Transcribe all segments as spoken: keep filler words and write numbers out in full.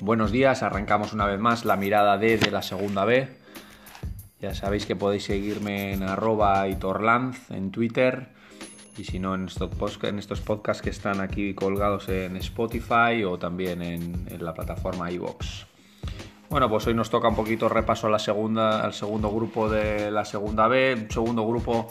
Buenos días, arrancamos una vez más la mirada D de la segunda B. Ya sabéis que podéis seguirme en arroba hitorlanz en Twitter y si no en estos, en estos podcasts que están aquí colgados en Spotify o también en, en la plataforma iVoox. Bueno, pues hoy nos toca un poquito repaso a la segunda, al segundo grupo de la segunda B, un segundo grupo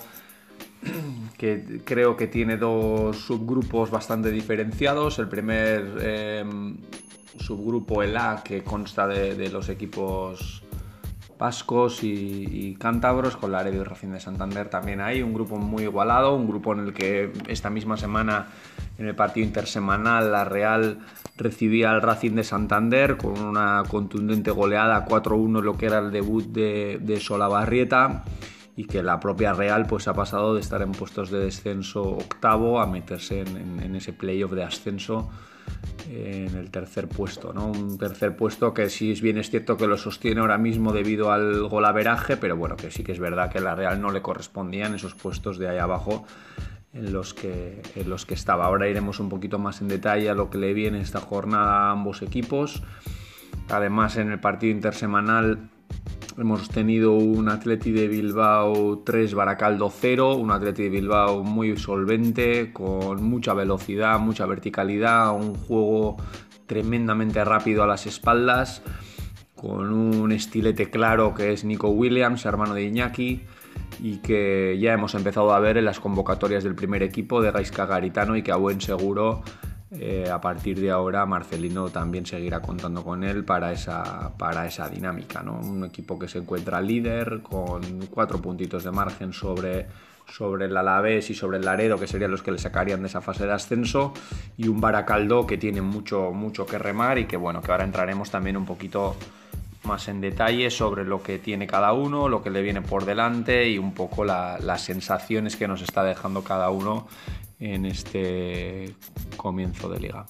que creo que tiene dos subgrupos bastante diferenciados. El primer eh, subgrupo, el A, que consta de, de los equipos vascos y, y cántabros, con la Heredia y Racing de Santander también hay, un grupo muy igualado, un grupo en el que esta misma semana, en el partido intersemanal, la Real recibía al Racing de Santander con una contundente goleada cuatro uno, lo que era el debut de, de Solabarrieta, y que la propia Real pues ha pasado de estar en puestos de descenso octavo a meterse en, en, en ese playoff de ascenso en el tercer puesto, ¿no? Un tercer puesto que sí es bien es cierto que lo sostiene ahora mismo debido al golaveraje, pero bueno, que sí que es verdad que la Real no le correspondían esos puestos de ahí abajo en los que, en los que estaba. Ahora iremos un poquito más en detalle a lo que le viene esta jornada a ambos equipos. Además, en el partido intersemanal hemos tenido un Athletic de Bilbao tres, Baracaldo cero, un Athletic de Bilbao muy solvente, con mucha velocidad, mucha verticalidad, un juego tremendamente rápido a las espaldas, con un estilete claro que es Nico Williams, hermano de Iñaki, y que ya hemos empezado a ver en las convocatorias del primer equipo de Gaizka Garitano, y que a buen seguro Eh, a partir de ahora Marcelino también seguirá contando con él para esa, para esa dinámica, ¿no? Un equipo que se encuentra líder con cuatro puntitos de margen sobre, sobre el Alavés y sobre el Laredo, que serían los que le sacarían de esa fase de ascenso, y un Baracaldo que tiene mucho, mucho que remar y que bueno, que ahora entraremos también un poquito más en detalle sobre lo que tiene cada uno, lo que le viene por delante y un poco la, las sensaciones que nos está dejando cada uno en este comienzo de liga.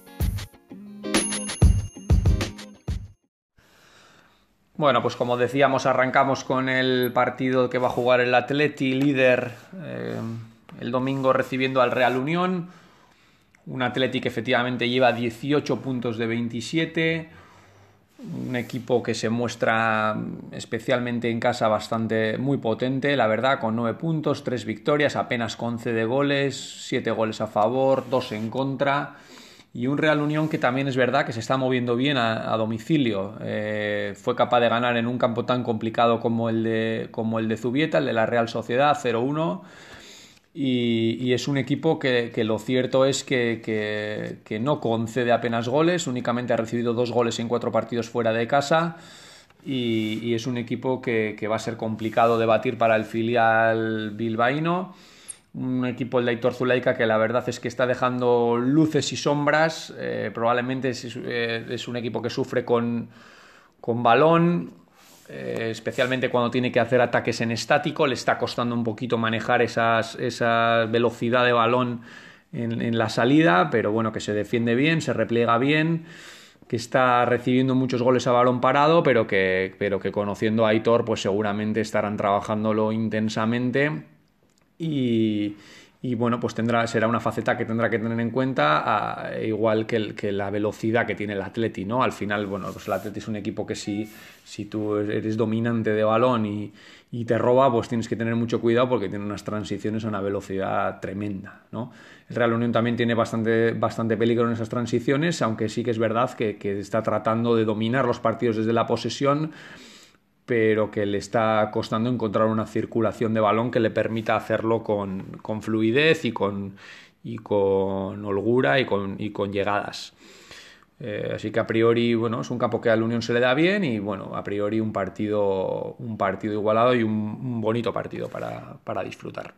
Bueno, pues como decíamos, arrancamos con el partido que va a jugar el Atleti, líder, eh, el domingo recibiendo al Real Unión. Un Atleti que efectivamente lleva dieciocho puntos de veintisiete. Un equipo que se muestra especialmente en casa bastante muy potente, la verdad, con nueve puntos, tres victorias, apenas once de goles, siete goles a favor, dos en contra, y un Real Unión que también es verdad que se está moviendo bien a, a domicilio. Eh, fue capaz de ganar en un campo tan complicado como el de, como el de Zubieta, el de la Real Sociedad, cero uno. Y, y es un equipo que, que lo cierto es que, que, que no concede apenas goles, únicamente ha recibido dos goles en cuatro partidos fuera de casa, y, y es un equipo que, que va a ser complicado de batir para el filial bilbaíno. Un equipo, el de Aitor Zulaika, que la verdad es que está dejando luces y sombras. Eh, probablemente es, eh, es un equipo que sufre con, con balón, Eh, especialmente cuando tiene que hacer ataques en estático. Le está costando un poquito manejar esas, esa velocidad de balón en, en la salida, pero bueno, que se defiende bien, se repliega bien, que está recibiendo muchos goles a balón parado, pero que, pero que conociendo a Aitor pues seguramente estarán trabajándolo intensamente. Y, y bueno, pues tendrá, será una faceta que tendrá que tener en cuenta, a, igual que, el, que la velocidad que tiene el Atleti, ¿no? Al final, bueno, pues el Atleti es un equipo que si, si tú eres dominante de balón y, y te roba, pues tienes que tener mucho cuidado porque tiene unas transiciones a una velocidad tremenda, ¿no? El Real Unión también tiene bastante, bastante peligro en esas transiciones, aunque sí que es verdad que, que está tratando de dominar los partidos desde la posesión, pero que le está costando encontrar una circulación de balón que le permita hacerlo con, con fluidez y con, y con holgura y con, y con llegadas. Eh, así que a priori, bueno, es un campo que al Unión se le da bien y bueno, a priori un partido, un partido igualado y un, un bonito partido para, para disfrutar.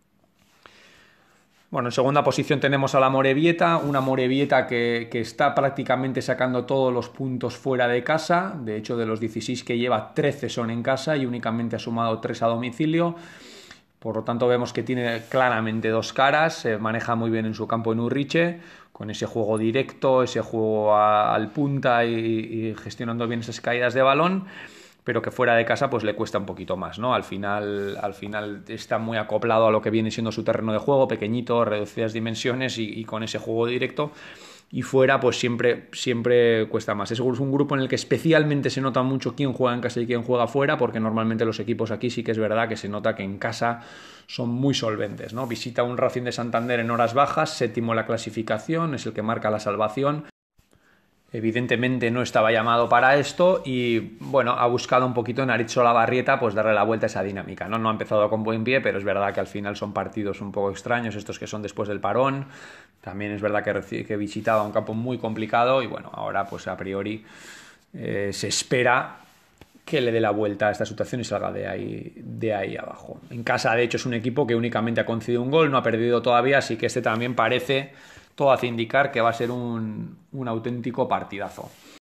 Bueno, en segunda posición tenemos a la Amorebieta, una Amorebieta que, que está prácticamente sacando todos los puntos fuera de casa. De hecho, de los dieciséis que lleva, trece son en casa y únicamente ha sumado tres a domicilio. Por lo tanto, vemos que tiene claramente dos caras, se maneja muy bien en su campo en Urriche, con ese juego directo, ese juego a, al punta y, y gestionando bien esas caídas de balón, pero que fuera de casa pues le cuesta un poquito más, ¿no? Al final, al final está muy acoplado a lo que viene siendo su terreno de juego, pequeñito, reducidas dimensiones y, y con ese juego directo. y fuera pues siempre, siempre cuesta más. Es un grupo en el que especialmente se nota mucho quién juega en casa y quién juega fuera, porque normalmente los equipos aquí sí que es verdad que se nota que en casa son muy solventes, ¿no? Visita un Racing de Santander en horas bajas, séptimo en la clasificación, es el que marca la salvación. Evidentemente no estaba llamado para esto y, bueno, ha buscado un poquito en Aritz Olavarrieta pues darle la vuelta a esa dinámica, ¿no? No ha empezado con buen pie, pero es verdad que al final son partidos un poco extraños, estos que son después del parón. También es verdad que, que visitaba un campo muy complicado y, bueno, ahora pues a priori eh, se espera que le dé la vuelta a esta situación y salga de ahí, de ahí abajo. En casa, de hecho, es un equipo que únicamente ha concedido un gol, no ha perdido todavía, así que este también parece... Todo hace indicar que va a ser un, un auténtico partidazo.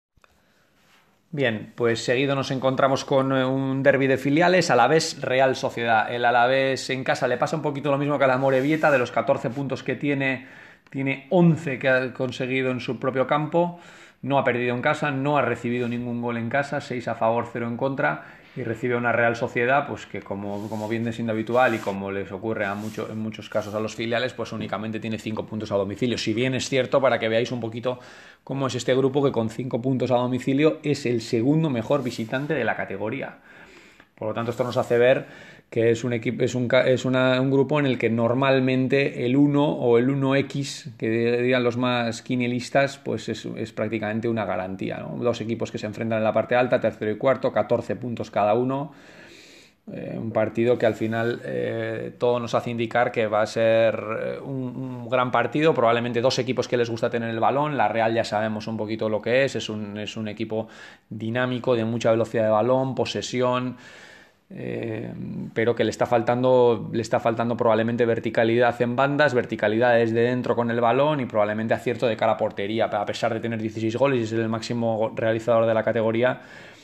Bien, pues seguido nos encontramos con un derbi de filiales, Alavés Real Sociedad. El Alavés en casa le pasa un poquito lo mismo que a la Amorebieta, de los catorce puntos que tiene, tiene once que ha conseguido en su propio campo. No ha perdido en casa, no ha recibido ningún gol en casa, seis a favor, cero en contra, y recibe una Real Sociedad pues que como, como viene siendo habitual y como les ocurre a mucho, en muchos casos a los filiales, pues únicamente tiene cinco puntos a domicilio. Si bien es cierto, para que veáis un poquito cómo es este grupo, que con cinco puntos a domicilio es el segundo mejor visitante de la categoría. Por lo tanto, esto nos hace ver que es un, equipo, es un, es una, un grupo en el que normalmente el uno o el uno equis, que dirían los más quinielistas, pues es, es prácticamente una garantía, ¿no? Dos equipos que se enfrentan en la parte alta, tercero y cuarto, catorce puntos cada uno. Eh, un partido que al final eh, todo nos hace indicar que va a ser un, un gran partido, probablemente dos equipos que les gusta tener el balón. La Real ya sabemos un poquito lo que es, es un, es un equipo dinámico, de mucha velocidad de balón, posesión, eh, pero que le está faltando le está faltando probablemente verticalidad en bandas, verticalidad desde dentro con el balón y probablemente acierto de cara a portería. A pesar de tener dieciséis goles y ser el máximo realizador de la categoría,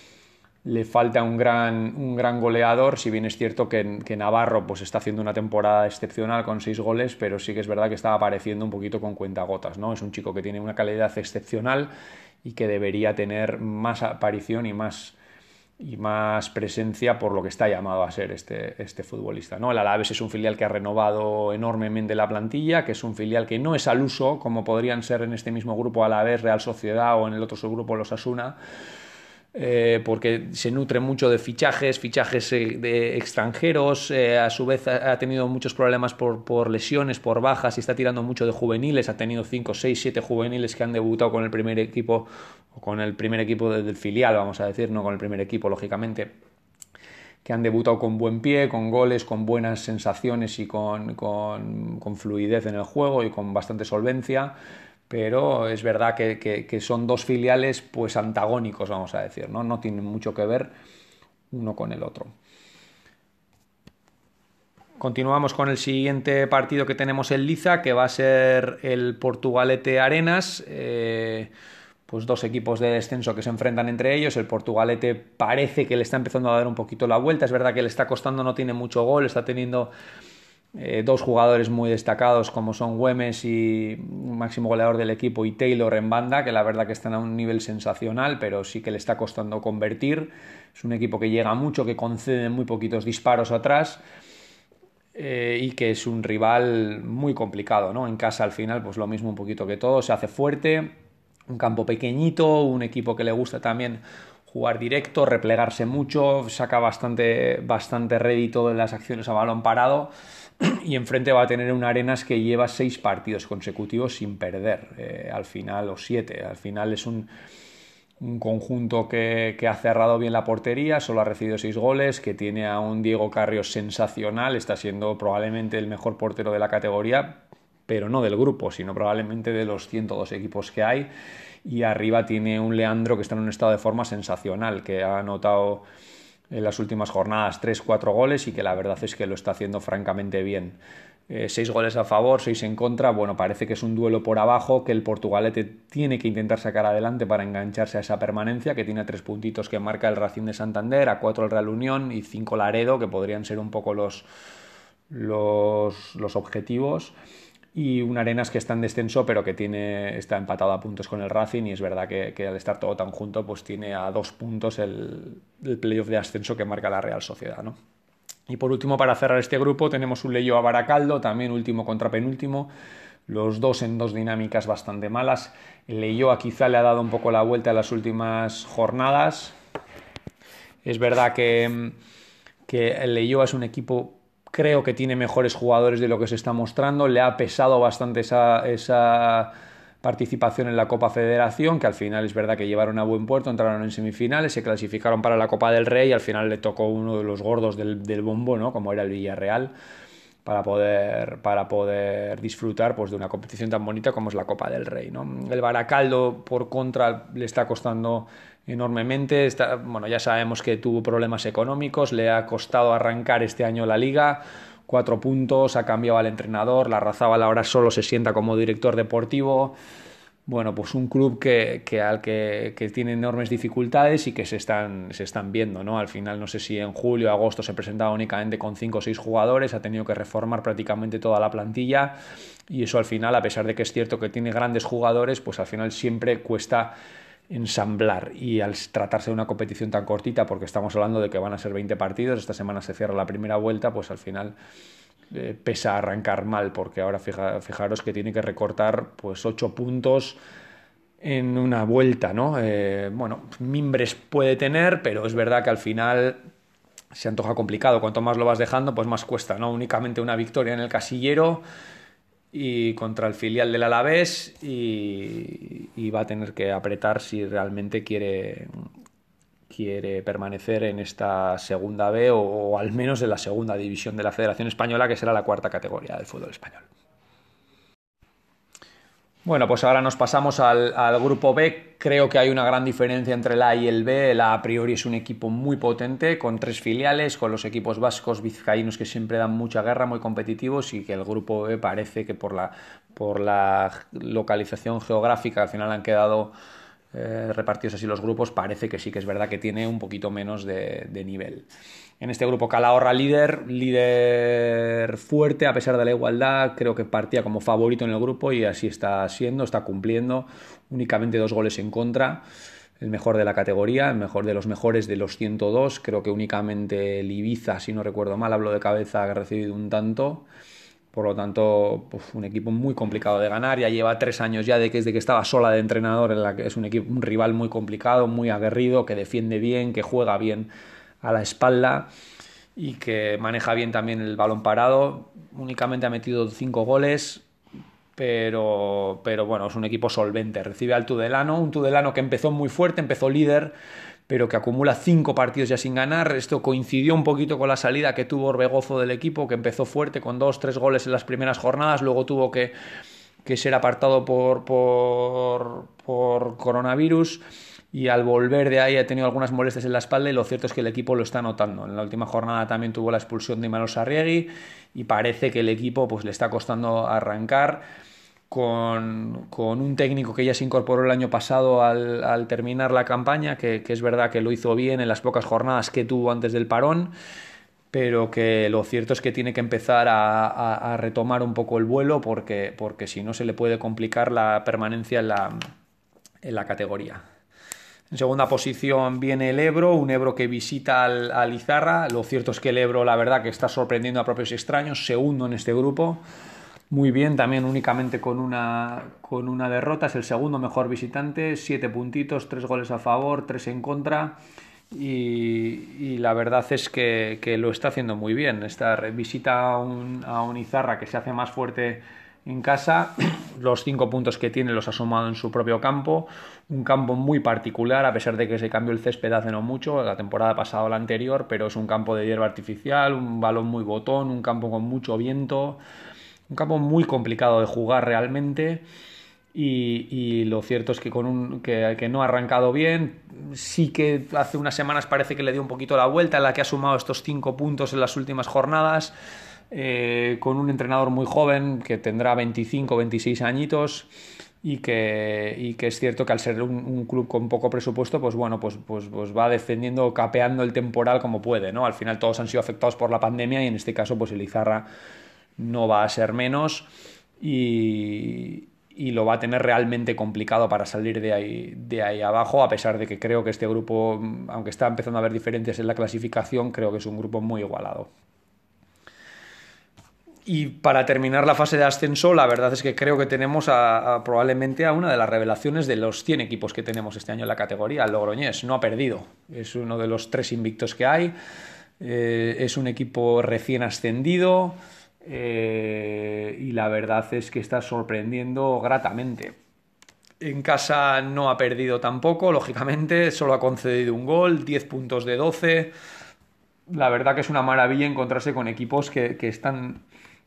le falta un gran, un gran goleador. Si bien es cierto que, que Navarro pues está haciendo una temporada excepcional con seis goles, pero sí que es verdad que está apareciendo un poquito con cuentagotas, ¿no? Es un chico que tiene una calidad excepcional y que debería tener más aparición y más, y más presencia por lo que está llamado a ser este, este futbolista, ¿no? El Alavés es un filial que ha renovado enormemente la plantilla, que es un filial que no es al uso, como podrían ser en este mismo grupo Alavés, Real Sociedad o en el otro subgrupo los Osasuna. Eh, porque se nutre mucho de fichajes, fichajes eh, de extranjeros, eh, a su vez ha, ha tenido muchos problemas por, por lesiones, por bajas y está tirando mucho de juveniles, ha tenido cinco, seis, siete juveniles que han debutado con el primer equipo o con el primer equipo del filial, vamos a decir, no con el primer equipo, lógicamente, que han debutado con buen pie, con goles, con buenas sensaciones y con, con, con fluidez en el juego y con bastante solvencia. Pero es verdad que, que, que son dos filiales pues antagónicos, vamos a decir, ¿no? No tienen mucho que ver uno con el otro. Continuamos con el siguiente partido que tenemos en Liza, que va a ser el Portugalete Arenas. Eh, pues dos equipos de descenso que se enfrentan entre ellos. El Portugalete parece que le está empezando a dar un poquito la vuelta. Es verdad que le está costando, no tiene mucho gol, está teniendo... Eh, dos jugadores muy destacados como son Güemes y máximo goleador del equipo y Taylor en banda, que la verdad que están a un nivel sensacional, pero sí que le está costando convertir. Es un equipo que llega mucho, que concede muy poquitos disparos atrás eh, y que es un rival muy complicado, ¿no? En casa al final pues lo mismo un poquito que todo, se hace fuerte, un campo pequeñito, un equipo que le gusta también jugar directo, replegarse mucho, saca bastante, bastante rédito de las acciones a balón parado. Y enfrente va a tener un Arenas que lleva seis partidos consecutivos sin perder, eh, al final, o siete. Al final es un, un conjunto que, que ha cerrado bien la portería, solo ha recibido seis goles, que tiene a un Diego Carrios sensacional, está siendo probablemente el mejor portero de la categoría, pero no del grupo, sino probablemente de los ciento dos equipos que hay. Y arriba tiene un Leandro que está en un estado de forma sensacional, que ha anotado en las últimas jornadas tres cuatro goles y que la verdad es que lo está haciendo francamente bien. Eh, seis goles a favor, seis en contra. Bueno, parece que es un duelo por abajo que el Portugalete tiene que intentar sacar adelante para engancharse a esa permanencia, que tiene tres puntitos que marca el Racing de Santander, a cuatro el Real Unión y cinco Laredo, que podrían ser un poco los, los, los objetivos. Y un Arenas que está en descenso pero que tiene, está empatado a puntos con el Racing, y es verdad que, que al estar todo tan junto pues tiene a dos puntos el, el playoff de ascenso que marca la Real Sociedad, ¿no? Y por último, para cerrar este grupo, tenemos un Leyo a Baracaldo, también último contra penúltimo. los dos en dos dinámicas bastante malas. El Leioa quizá le ha dado un poco la vuelta en las últimas jornadas. Es verdad que, que el Leioa es un equipo, creo que tiene mejores jugadores de lo que se está mostrando. Le ha pesado bastante esa, esa participación en la Copa Federación, que al final es verdad que llevaron a buen puerto, entraron en semifinales, se clasificaron para la Copa del Rey y al final le tocó uno de los gordos del, del bombo, ¿no? Como era el Villarreal, para poder, para poder disfrutar, pues, de una competición tan bonita como es la Copa del Rey, ¿no? El Baracaldo, por contra, le está costando enormemente. Está, bueno, ya sabemos que tuvo problemas económicos, le ha costado arrancar este año la Liga. Cuatro puntos, ha cambiado al entrenador, Larrazábal ahora solo se sienta como director deportivo. Bueno, pues un club que, que, al que, que tiene enormes dificultades y que se están, se están viendo, ¿no? Al final no sé si en julio o agosto se presentaba únicamente con cinco o seis jugadores, ha tenido que reformar prácticamente toda la plantilla y eso al final, a pesar de que es cierto que tiene grandes jugadores, pues al final siempre cuesta ensamblar, y al tratarse de una competición tan cortita, porque estamos hablando de que van a ser veinte partidos, esta semana se cierra la primera vuelta, pues al final eh, pesa arrancar mal, porque ahora fija, fijaros que tiene que recortar pues ocho puntos en una vuelta, ¿no? Eh, bueno, mimbres puede tener, pero es verdad que al final se antoja complicado. Cuanto más lo vas dejando, pues más cuesta, ¿no? Únicamente una victoria en el casillero y contra el filial del Alavés y, y va a tener que apretar si realmente quiere, quiere permanecer en esta segunda B o, o al menos en la segunda división de la Federación Española, que será la cuarta categoría del fútbol español. Bueno, pues ahora nos pasamos al, al grupo B. Creo que hay una gran diferencia entre el A y el B. El A a priori es un equipo muy potente, con tres filiales, con los equipos vascos, vizcaínos, que siempre dan mucha guerra, muy competitivos, y que el grupo B parece que por la, por la localización geográfica, al final han quedado eh, repartidos así los grupos, parece que sí que es verdad que tiene un poquito menos de, de nivel. En este grupo Calahorra líder, líder fuerte a pesar de la igualdad, creo que partía como favorito en el grupo y así está siendo, está cumpliendo, únicamente dos goles en contra, el mejor de la categoría, el mejor de los mejores de los ciento dos, creo que únicamente el Ibiza, si no recuerdo mal, hablo de cabeza, ha recibido un tanto, por lo tanto pues, un equipo muy complicado de ganar, ya lleva tres años ya de que desde que estaba sola de entrenador, en la que es un equipo, un rival muy complicado, muy aguerrido, que defiende bien, que juega bien a la espalda y que maneja bien también el balón parado. Únicamente ha metido cinco goles, pero, pero bueno, es un equipo solvente. Recibe al Tudelano, un Tudelano que empezó muy fuerte, empezó líder, pero que acumula cinco partidos ya sin ganar. Esto coincidió un poquito con la salida que tuvo Orbegozo del equipo, que empezó fuerte con dos, tres goles en las primeras jornadas, luego tuvo que, que ser apartado por, por, por coronavirus, y al volver de ahí ha tenido algunas molestias en la espalda y lo cierto es que el equipo lo está notando. En la última jornada también tuvo la expulsión de Imanol Sarriegui y parece que el equipo pues, le está costando arrancar con, con un técnico que ya se incorporó el año pasado al, al terminar la campaña, que, que es verdad que lo hizo bien en las pocas jornadas que tuvo antes del parón, pero que lo cierto es que tiene que empezar a, a, a retomar un poco el vuelo porque, porque si no se le puede complicar la permanencia en la, en la categoría. En segunda posición viene el Ebro, un Ebro que visita al, al Izarra. Lo cierto es que el Ebro, la verdad, que está sorprendiendo a propios extraños, segundo en este grupo. Muy bien, también únicamente con una, con una derrota, es el segundo mejor visitante, siete puntitos, tres goles a favor, tres en contra. Y, y la verdad es que, que lo está haciendo muy bien. Esta visita a un, a un Izarra que se hace más fuerte en casa, los cinco puntos que tiene los ha sumado en su propio campo, un campo muy particular, a pesar de que se cambió el césped hace no mucho, la temporada pasada o la anterior, pero es un campo de hierba artificial, un balón muy botón, un campo con mucho viento, un campo muy complicado de jugar realmente. Y, y lo cierto es que, con un, que, que no ha arrancado bien. Sí que hace unas semanas parece que le dio un poquito la vuelta, en la que ha sumado estos cinco puntos en las últimas jornadas, eh, con un entrenador muy joven que tendrá veinticinco o veintiséis añitos y que, y que es cierto que al ser un, un club con poco presupuesto, pues bueno, pues, pues, pues va defendiendo, capeando el temporal como puede, ¿no? Al final todos han sido afectados por la pandemia y en este caso pues el Izarra no va a ser menos y, y lo va a tener realmente complicado para salir de ahí, de ahí abajo, a pesar de que creo que este grupo, aunque está empezando a haber diferencias en la clasificación, creo que es un grupo muy igualado. Y para terminar la fase de ascenso, la verdad es que creo que tenemos a, a, probablemente a una de las revelaciones de los cien equipos que tenemos este año en la categoría, el Logroñés. No ha perdido, es uno de los tres invictos que hay, eh, es un equipo recién ascendido, eh, y la verdad es que está sorprendiendo gratamente. En casa no ha perdido tampoco, lógicamente, solo ha concedido un gol, diez puntos de doce. La verdad que es una maravilla encontrarse con equipos que, que están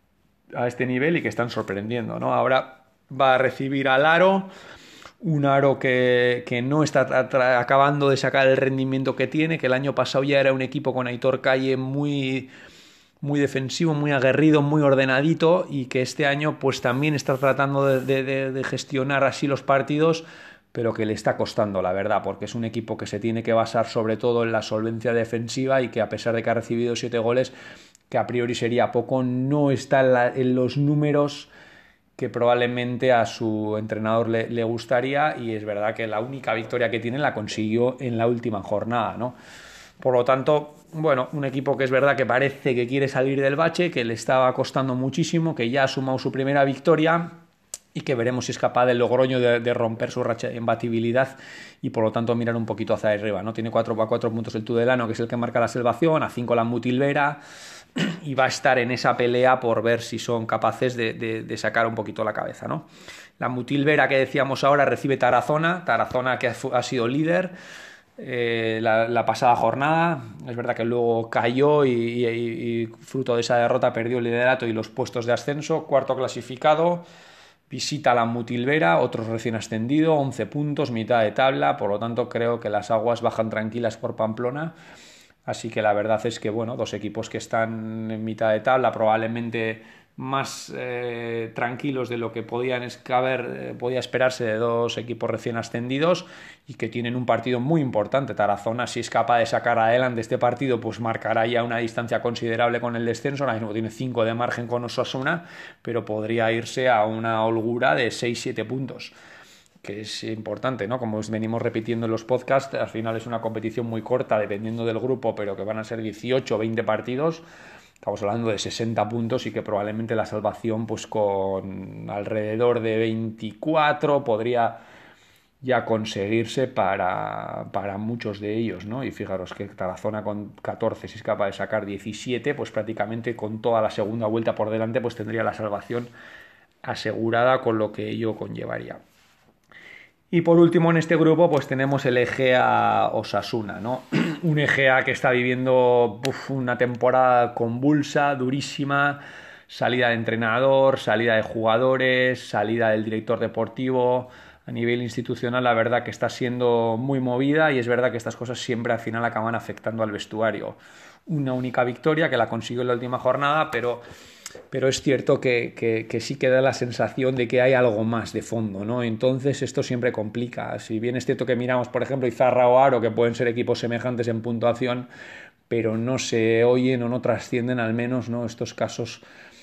a este nivel y que están sorprendiendo, ¿no? Ahora va a recibir al Aro, un Aro que, que no está acabando de sacar el rendimiento que tiene, que el año pasado ya era un equipo con Aitor Calle muy, muy defensivo, muy aguerrido, muy ordenadito, y que este año pues también está tratando de, de, de gestionar así los partidos, pero que le está costando, la verdad, porque es un equipo que se tiene que basar sobre todo en la solvencia defensiva y que, a pesar de que ha recibido siete goles, que a priori sería poco, no está en, la, en los números que probablemente a su entrenador le, le gustaría, y es verdad que la única victoria que tiene la consiguió en la última jornada, ¿no? Por lo tanto, bueno, un equipo que es verdad que parece que quiere salir del bache, que le estaba costando muchísimo, que ya ha sumado su primera victoria y que veremos si es capaz del Logroño de, de romper su racha de imbatibilidad y por lo tanto mirar un poquito hacia arriba, ¿no? Tiene cuatro a cuatro puntos el Tudelano, que es el que marca la salvación, a cinco la Mutilvera, y va a estar en esa pelea por ver si son capaces de, de, de sacar un poquito la cabeza, ¿no? La Mutilvera, que decíamos ahora, recibe Tarazona, Tarazona que ha sido líder eh, la, la pasada jornada. Es verdad que luego cayó y, y, y fruto de esa derrota perdió el liderato y los puestos de ascenso. Cuarto clasificado, visita la Mutilvera, otro recién ascendido, once puntos, mitad de tabla, por lo tanto creo que las aguas bajan tranquilas por Pamplona. Así que la verdad es que, bueno, dos equipos que están en mitad de tabla, probablemente más eh, tranquilos de lo que podían escaber, eh, podía esperarse de dos equipos recién ascendidos, y que tienen un partido muy importante. Tarazona, si es capaz de sacar adelante este partido, pues marcará ya una distancia considerable con el descenso. Ahora mismo tiene cinco de margen con Osasuna, pero podría irse a una holgura de seis siete puntos, que es importante, ¿no? Como os venimos repitiendo en los podcasts, al final es una competición muy corta dependiendo del grupo, pero que van a ser dieciocho o veinte partidos. Estamos hablando de sesenta puntos, y que probablemente la salvación, pues con alrededor de veinticuatro podría ya conseguirse para, para muchos de ellos, ¿no? Y fijaros que Tarazona con catorce, si es capaz de sacar diecisiete, pues prácticamente con toda la segunda vuelta por delante, pues tendría la salvación asegurada, con lo que ello conllevaría. Y por último, en este grupo pues tenemos el Egea Osasuna, ¿no? Un Egea que está viviendo uf, una temporada convulsa, durísima, salida de entrenador, salida de jugadores, salida del director deportivo. A nivel institucional, la verdad que está siendo muy movida, y es verdad que estas cosas siempre al final acaban afectando al vestuario. Una única victoria que la consiguió en la última jornada, pero... pero es cierto que, que, que sí que da la sensación de que hay algo más de fondo, ¿no? Entonces esto siempre complica. Si bien es cierto que miramos, por ejemplo, Izarra o Aro, que pueden ser equipos semejantes en puntuación, pero no se oyen o no trascienden al menos, ¿no?, estos casos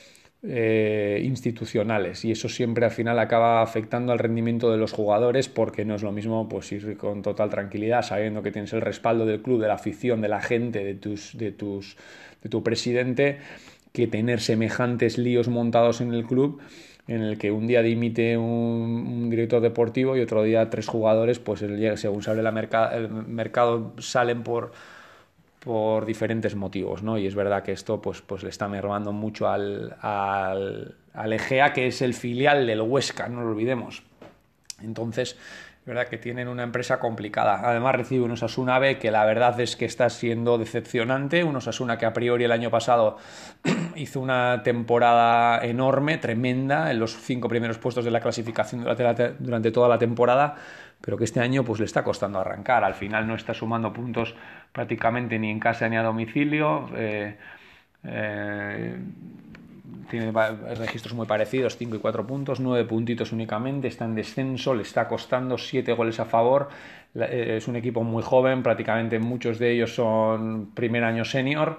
eh, institucionales, y eso siempre al final acaba afectando al rendimiento de los jugadores, porque no es lo mismo pues ir con total tranquilidad sabiendo que tienes el respaldo del club, de la afición, de la gente, de tus, de tus, de tu presidente, que tener semejantes líos montados en el club, en el que un día dimite un, un director deportivo y otro día tres jugadores, pues según se abre la merca- el mercado, salen por, por diferentes motivos, ¿no? Y es verdad que esto pues, pues le está mermando mucho al, al, al Egea, que es el filial del Huesca, no lo olvidemos. Entonces, es verdad que tienen una empresa complicada. Además recibe un Osasuna B que la verdad es que está siendo decepcionante. Un Osasuna que a priori el año pasado hizo una temporada enorme, tremenda, en los cinco primeros puestos de la clasificación durante, la, durante toda la temporada, pero que este año pues le está costando arrancar. Al final no está sumando puntos prácticamente ni en casa ni a domicilio. Eh, eh, tiene registros muy parecidos, cinco y cuatro puntos, nueve puntitos únicamente, está en descenso, le está costando siete goles a favor. Es un equipo muy joven, prácticamente muchos de ellos son primer año senior,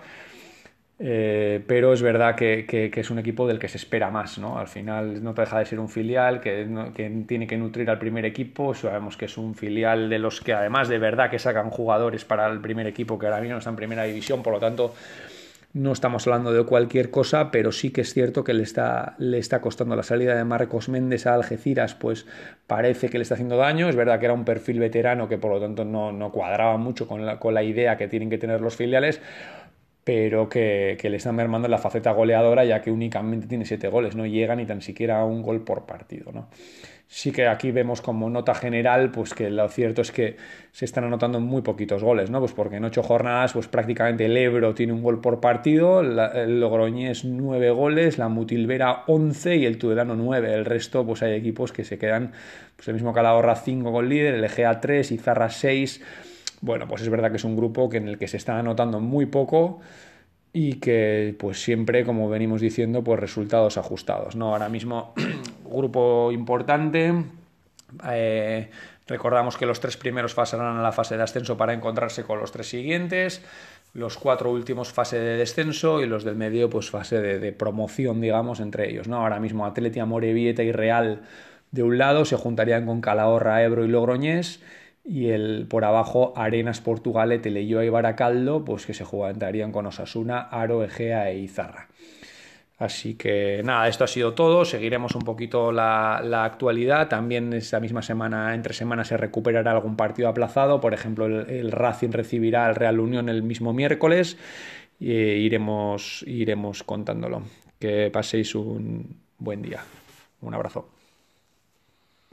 eh, pero es verdad que, que, que es un equipo del que se espera más, ¿no? Al final no te deja de ser un filial que, que tiene que nutrir al primer equipo. Sabemos que es un filial de los que además de verdad que sacan jugadores para el primer equipo, que ahora mismo está en primera división, por lo tanto no estamos hablando de cualquier cosa, pero sí que es cierto que le está, le está costando la salida de Marcos Méndez a Algeciras, pues parece que le está haciendo daño. Es verdad que era un perfil veterano que por lo tanto no, no cuadraba mucho con la, con la idea que tienen que tener los filiales, pero que, que le están mermando en la faceta goleadora, ya que únicamente tiene siete goles, no llega ni tan siquiera a un gol por partido, ¿no? Sí que aquí vemos como nota general, pues que lo cierto es que se están anotando muy poquitos goles, ¿no? Pues porque en ocho jornadas, pues prácticamente el Ebro tiene un gol por partido, la, el Logroñés nueve goles, la Mutilvera once y el Tudelano nueve. El resto, pues hay equipos que se quedan, pues el mismo Calahorra cinco con líder, el Egea tres, Izarra seis. Bueno, pues es verdad que es un grupo que en el que se está anotando muy poco y que pues siempre, como venimos diciendo, pues resultados ajustados, ¿no? Ahora mismo, grupo importante. Eh, recordamos que los tres primeros pasarán a la fase de ascenso para encontrarse con los tres siguientes. Los cuatro últimos fase de descenso y los del medio pues fase de, de promoción, digamos, entre ellos, ¿no? Ahora mismo Atleti, Amorebieta y Real de un lado se juntarían con Calahorra, Ebro y Logroñés, y el por abajo Arenas, Portugalete, Leioa y Baracaldo, pues que se jugarían con Osasuna, Aro, Egea e Izarra. Así que nada, esto ha sido todo. Seguiremos un poquito la, la actualidad. También esta misma semana, entre semanas, se recuperará algún partido aplazado. Por ejemplo, el, el Racing recibirá al Real Unión el mismo miércoles e iremos, iremos contándolo. Que paséis un buen día. Un abrazo.